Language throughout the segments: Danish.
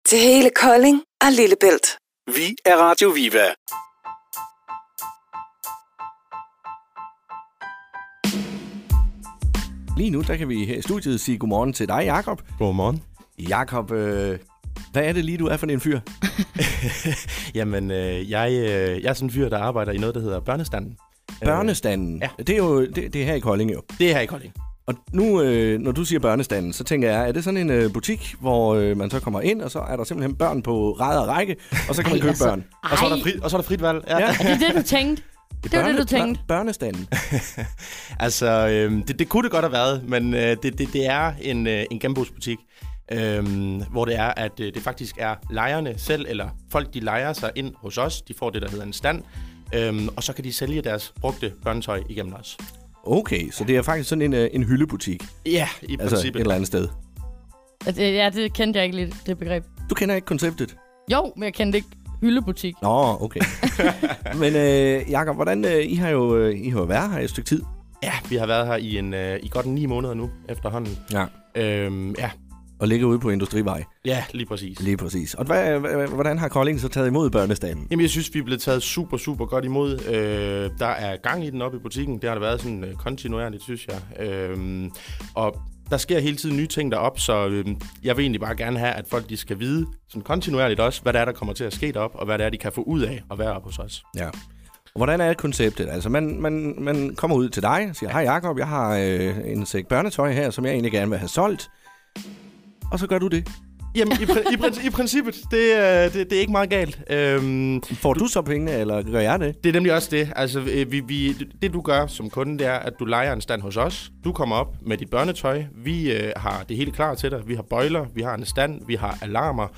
til hele Kolding og Lillebælt. Vi er Radio Viva. Lige nu, der kan vi her i studiet sige godmorgen til dig, Jakob. Godmorgen. Jakob, hvad er det lige, du er for en fyr? Jamen, jeg er sådan en fyr, der arbejder i noget, der hedder børnestanden. Børnestanden? Ja. Det er jo det er her i Kolding jo. Det er her i Kolding. Og nu, når du siger børnestanden, så tænker jeg, er det sådan en butik, hvor man så kommer ind, og så er der simpelthen børn på ræd og række, og så kan man købe børn? Og så er der frit valg. Ja. Ja. Er det det, du tænkte? Det var det, du tænkte? Børnestanden. Altså, det kunne det godt have været, men det er en genbrugsbutik, hvor det er, at det faktisk er lejerne selv, eller folk, de lejer sig ind hos os. De får det, der hedder en stand, og så kan de sælge deres brugte børnetøj igennem os. Okay, så det er faktisk sådan en hyldebutik. Ja, i altså princippet. et eller andet sted. Ja, det kendte jeg ikke lidt, det begreb. Du kender ikke konceptet? Jo, men jeg kendte ikke hyldebutik. Nå, okay. Men Jakob, hvordan I har jo været her et stykke tid? Ja, vi har været her i godt 9 måneder nu, efterhånden. Ja. Ja. Og ligger ude på Industrivej. Ja, lige præcis. Lige præcis. Og hvordan har Kolding så taget imod børnestanden? Jamen, jeg synes, vi er blevet taget super, super godt imod. Der er gang i den oppe i butikken. Det har der været sådan kontinuerligt, synes jeg. Og der sker hele tiden nye ting deroppe, så jeg vil egentlig bare gerne have, at folk de skal vide sådan kontinuerligt også, hvad der er, der kommer til at ske deroppe, og hvad det er, de kan få ud af at være oppe hos os. Ja. Og hvordan er konceptet? Altså, man kommer ud til dig og siger, hej Jakob, jeg har en sæk børnetøj her, som jeg egentlig gerne vil have solgt. Og så gør du det? Jamen, i princippet, det er ikke meget galt. Får du så pengene, eller gør jeg det? Det er nemlig også det. Altså, det du gør som kunde, det er, at du lejer en stand hos os. Du kommer op med dit børnetøj. Vi har det hele klar til dig. Vi har bøjler, vi har en stand, vi har alarmer.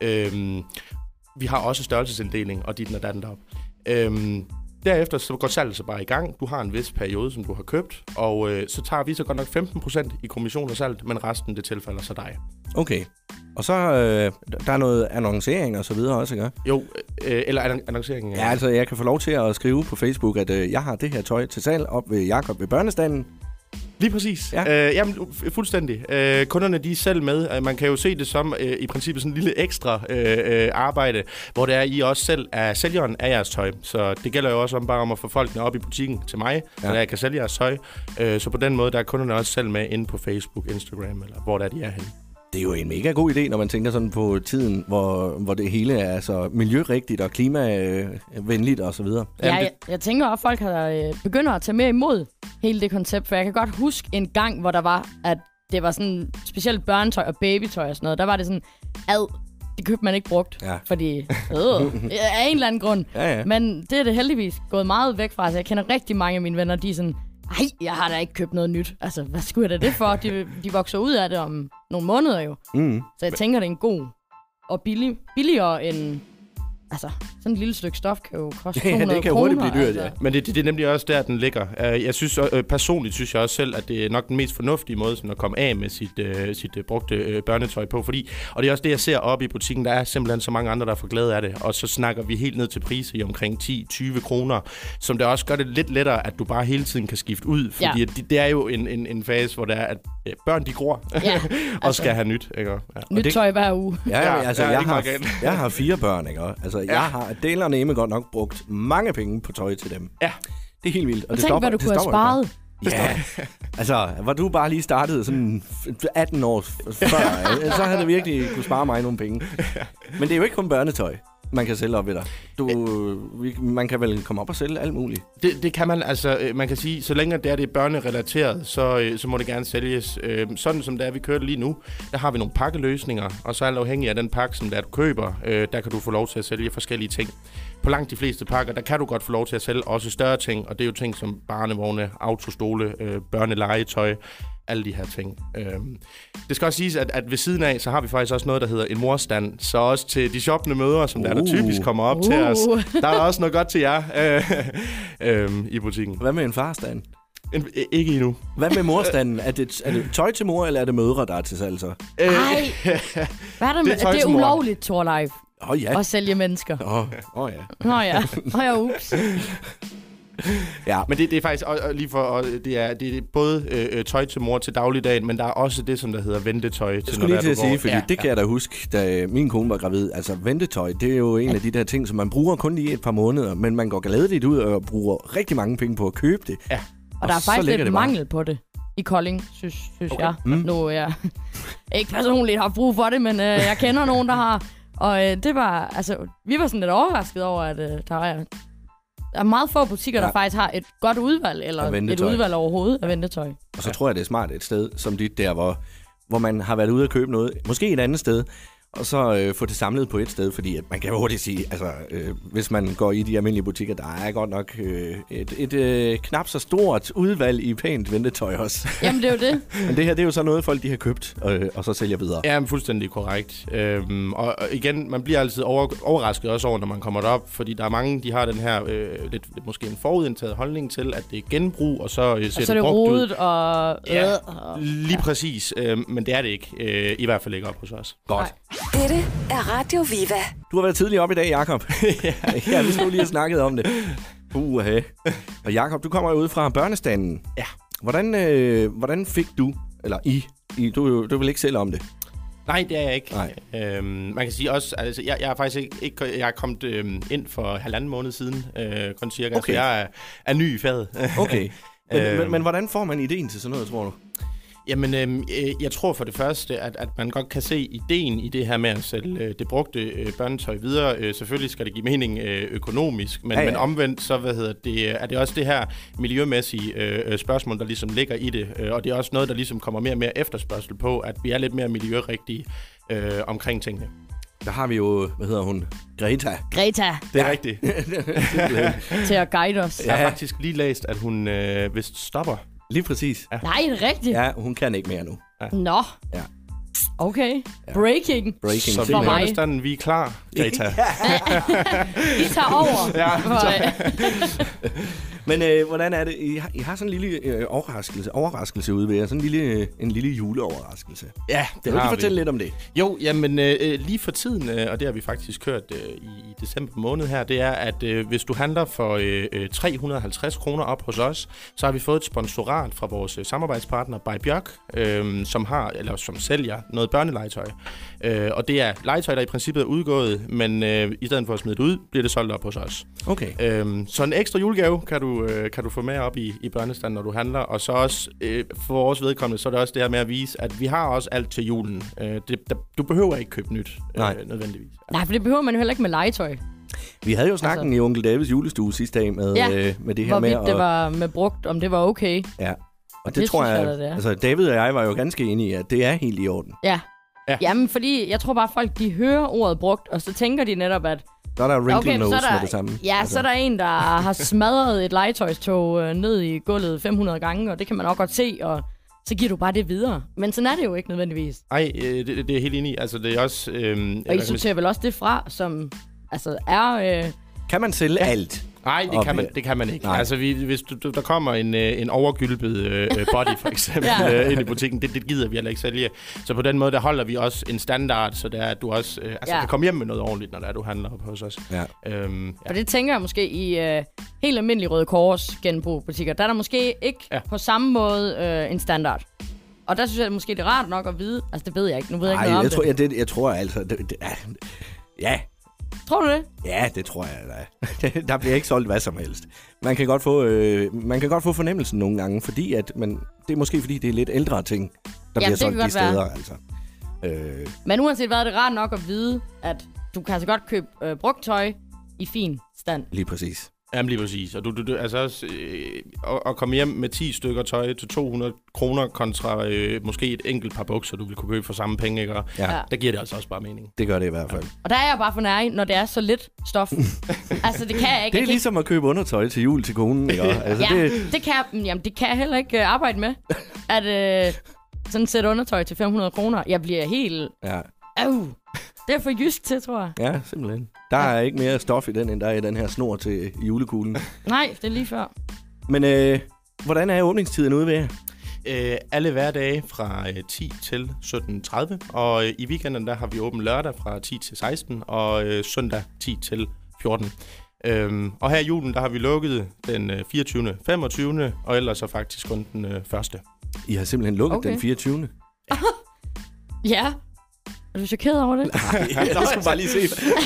Vi har også størrelsesinddeling og dit og datten deroppe. Derefter så går salget så bare i gang. Du har en vis periode, som du har købt, og så tager vi så godt nok 15% i kommission og salg, men resten det tilfalder så dig. Okay. Og så der er noget annoncering og så videre også, ikke? Jo, eller annoncering. Ja, altså jeg kan få lov til at skrive på Facebook, at jeg har det her tøj til salg op ved Jakob ved børnestanden. Lige præcis. Ja. Jamen, fuldstændig. Kunderne, de er selv med. Man kan jo se det som i princippet sådan en lille ekstra arbejde, hvor det er, I også selv er sælgeren af jeres tøj. Så det gælder jo også om at få folkene op i butikken til mig, så jeg kan sælge jeres tøj. Så på den måde, der er kunderne også selv med inde på Facebook, Instagram, eller hvor der de er henne. Det er jo en mega god idé, når man tænker sådan på tiden, hvor det hele er altså miljørigtigt og klimavenligt og så videre. Ja, jeg tænker også, at folk begynder at tage mere imod hele det koncept, for jeg kan godt huske en gang, hvor der var, at det var sådan specielt børnetøj og babytøj og sådan noget. Der var det sådan, det købte man ikke brugt, fordi af en eller anden grund. Ja. Men det er det heldigvis gået meget væk fra. Altså, jeg kender rigtig mange af mine venner, de er sådan, ej, jeg har da ikke købt noget nyt. Altså, hvad skulle jeg da det for? De vokser ud af det om nogle måneder jo. Mm. Så jeg tænker, det er en god og billigere end... Altså, sådan et lille stykke stof kan jo koste 200 kroner. det kan hurtigt blive dyrt, altså. ja. Men det er nemlig også der, den ligger. Jeg synes, personligt synes jeg også selv, at det er nok den mest fornuftige måde sådan at komme af med sit brugte børnetøj på. Og det er også det, jeg ser oppe i butikken. Der er simpelthen så mange andre, der får glæde af det. Og så snakker vi helt ned til priser i omkring 10-20 kroner, som det også gør det lidt lettere, at du bare hele tiden kan skifte ud. Fordi det er jo en fase, hvor der er, at børn de gror og skal have nyt. Ikke? Ja. Nyt tøj hver uge. Ja, altså jeg har 4 børn, ikke? Altså, jeg har delerne godt nok brugt mange penge på tøj til dem. Ja. Det er helt vildt. Og tænk, hvad du kunne have sparet. Ja, altså, var du bare lige startet sådan 18 år før, så havde det virkelig kunne spare mig nogle penge. Men det er jo ikke kun børnetøj, man kan sælge op ved dig. Man kan vel komme op og sælge alt muligt. Det kan man, altså man kan sige, så længe det er børnerelateret, så må det gerne sælges. Sådan som det er, vi kører lige nu, der har vi nogle pakkeløsninger, og så alt afhængig af den pakke, som der du køber, der kan du få lov til at sælge forskellige ting. På langt de fleste pakker, der kan du godt få lov til at sælge også større ting, og det er jo ting som barnevogne, autostole, børnelegetøj, alle de her ting. Det skal også siges, at ved siden af, så har vi faktisk også noget, der hedder en morstand. Så også til de shoppende mødre, som der typisk kommer op til os, der er også noget godt til jer i butikken. Hvad med en farstand? Ikke endnu. Hvad med morstanden? Er det tøj til mor, eller er det mødre, der er til salg så? Nej. Hvad er det med? Det er ulovligt, Torleif. Ja. At sælge mennesker. Ja. Nå ja, ups. Ja. Men det er faktisk og lige for, og det er både tøj til mor til dagligdagen, men der er også det, som der hedder ventetøj. Jeg skulle lige til at sige, fordi det kan jeg da huske, da min kone var gravid. Altså ventetøj, det er jo en af de der ting, som man bruger kun lige et par måneder, men man går glædeligt ud og bruger rigtig mange penge på at købe det. Ja. Og der er faktisk lidt mangel på det i Kolding, synes jeg. Nu er jeg ikke personligt har brug for det, men jeg kender nogen, der har. Og det var, altså, vi var sådan lidt overrasket over, at der er meget få butikker, der faktisk har et godt udvalg, eller et udvalg overhovedet af ventetøj. Og så tror jeg, det er smart et sted som dit der, hvor man har været ude at købe noget, måske et andet sted, og så få det samlet på et sted, fordi at man kan hurtigt sige, altså hvis man går i de almindelige butikker, der er godt nok et knap så stort udvalg i pænt ventetøj også. Jamen det er jo det. Men det her, det er jo så noget, folk de har købt, og så sælger videre. Ja, fuldstændig korrekt. Og igen, man bliver altid overrasket også over, når man kommer derop, fordi der er mange, de har den her lidt måske en forudindtaget holdning til, at det er genbrug, og så ser det brugt ud. Og lige præcis, men det er det ikke. I hvert fald ikke op hos os. Godt. Dette er Radio Viva. Du har været tidligt op i dag, Jakob. Ja, vi skulle lige have snakket om det. Og Jakob, du kommer jo ud fra børnestanden. Ja. Hvordan fik du, eller du vil ikke selv om det? Nej, det er jeg ikke. Man kan sige også, altså jeg er faktisk ikke jeg er kommet ind for 1,5 måned siden, kun cirka, okay. Så jeg er ny i faget. Okay. Men hvordan får man ideen til sådan noget, tror du? Jamen, jeg tror for det første, at man godt kan se ideen i det her med at sælge det brugte børnetøj videre. Selvfølgelig skal det give mening økonomisk, men omvendt, så er det også det her miljømæssige spørgsmål, der ligesom ligger i det. Og det er også noget, der ligesom kommer mere og mere efterspørgsel på, at vi er lidt mere miljørigtige omkring tingene. Der har vi jo, Greta. Greta. Det er rigtigt. Til at guide os. Jeg har faktisk lige læst, at hun vist stopper. Lige præcis. Ja. Nej, det er rigtigt. Ja, hun kan ikke mere nu. Ja. Nå. Ja. Okay. Ja. Breaking. Så vi er vi er klar, Greta. I tager over. Ja. Men hvordan er det? I har sådan en lille overraskelse ude ved jer. Sådan en lille juleoverraskelse. Ja, det har vi. Fortælle lidt om det? Jo, jamen lige for tiden, og det har vi faktisk kørt i december måned her, det er, at hvis du handler for 350 kroner op hos os, så har vi fået et sponsorat fra vores samarbejdspartner By Bjørk, som sælger noget børnelegetøj. Og det er legetøj, der i princippet er udgået, men i stedet for at smide det ud, bliver det solgt op hos os. Okay. Så en ekstra julegave kan du få med op i børnestanden, når du handler. Og så også for vores vedkommende, så er det også det her med at vise, at vi har også alt til julen. Du behøver ikke købe nyt nødvendigvis. Nej, for det behøver man jo heller ikke med legetøj. Vi havde jo snakken i Onkel Davids julestue sidste dag med det her med. Hvorvidt det var med brugt, om det var okay. Ja, og det tror jeg, altså David og jeg var jo ganske enige i, at det er helt i orden. Ja. Jamen, fordi jeg tror bare, folk de hører ordet brugt, og så tænker de netop, at så er der wrinkle nose med det samme. Ja, altså. Så er der en, der har smadret et legetøjstog ned i gulvet 500 gange, og det kan man også godt se, og så giver du bare det videre. Men sådan er det jo ikke nødvendigvis. Nej, det er helt enig i. Altså, det er også... og I sorterer vel også det fra, som altså er... Kan man sælge alt? Nej, det kan man ikke. Nej. Altså, hvis der kommer en overgylpet body, for eksempel, ind i butikken, det gider vi heller ikke sælge. Så på den måde, der holder vi også en standard, så det er, at du også kan komme hjem med noget ordentligt, når du handler op hos os. Ja. Og det tænker jeg måske i helt almindelige Røde Kors genbrugbutikker. Der er der måske ikke på samme måde en standard. Og der synes jeg måske, det er rart nok at vide. Altså, det ved jeg ikke. Nu ved jeg ikke noget om det. Jeg tror altså... Ja. Tror du det? Ja, det tror jeg. Der bliver ikke solgt hvad som helst. Man kan godt få fornemmelsen nogle gange, fordi at det er måske fordi det er lidt ældre ting, der bliver solgt de steder. Altså. Men uanset hvad, er det rart nok at vide, at du kan altså godt købe brugt tøj i fin stand. Lige præcis. Jamen lige præcis. Og du altså også at komme hjem med 10 stykker tøj til 200 kroner kontra måske et enkelt par bukser, du vil kunne købe for samme penge, ikke? Ja. Der giver det altså også bare mening. Det gør det i hvert fald. Og der er jeg bare for nær, når det er så lidt stof. Altså det kan jeg ikke. Det er ligesom at købe undertøj til jul til konen, ikke? Altså, det kan jeg heller ikke arbejde med. At sådan sætte undertøj til 500 kroner. Jeg bliver helt... Ja. Det er for jysk til, tror jeg. Ja, simpelthen. Der er ikke mere stof i den, end der er i den her snor til julekuglen. Nej, det er lige før. Men hvordan er åbningstiden ude ved jer? Alle hverdage fra 10 til 17.30. Og i weekenden der har vi åbent lørdag fra 10 til 16. Og søndag 10 til 14. Og her i julen, der har vi lukket den 24., 25. og ellers så faktisk kun den 1. I har simpelthen lukket den 24. Ja. Er du chokeret over det? Jeg skulle bare lige se.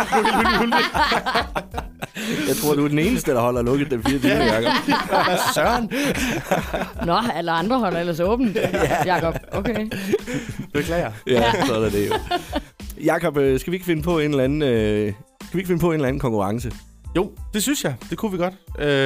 Jeg tror, du er den eneste, der holder lukket den 24. Jakob. Hvad søren? Nå, alle andre holder ellers åbent. Jakob, okay. Beklager. Ja, så er det jo. Jakob, skal vi ikke finde på en eller anden, konkurrence? Jo, det synes jeg. Det kunne vi godt.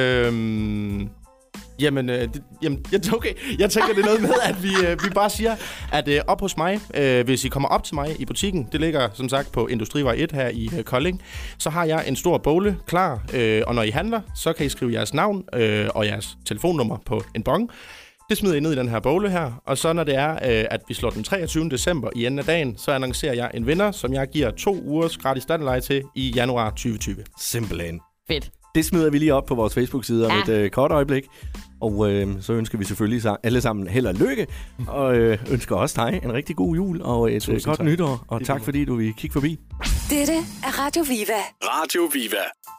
Okay. Jeg tænker, det er noget med, at vi bare siger, at op hos mig, hvis I kommer op til mig i butikken, det ligger som sagt på Industrivej 1 her i Kolding, så har jeg en stor bogle klar, og når I handler, så kan I skrive jeres navn og jeres telefonnummer på en bong. Det smider I ned i den her bogle her, og så når det er, at vi slår den 23. december i enden af dagen, så annoncerer jeg en vinder, som jeg giver 2 ugers gratis standleje til i januar 2020. Simpelthen. Fedt. Det smider vi lige op på vores Facebook-side om et kort øjeblik. Og så ønsker vi selvfølgelig alle sammen held og lykke, og ønsker også dig en rigtig god jul og et godt nytår. Og tak fordi du vil kigge forbi. Dette er Radio Viva. Radio Viva.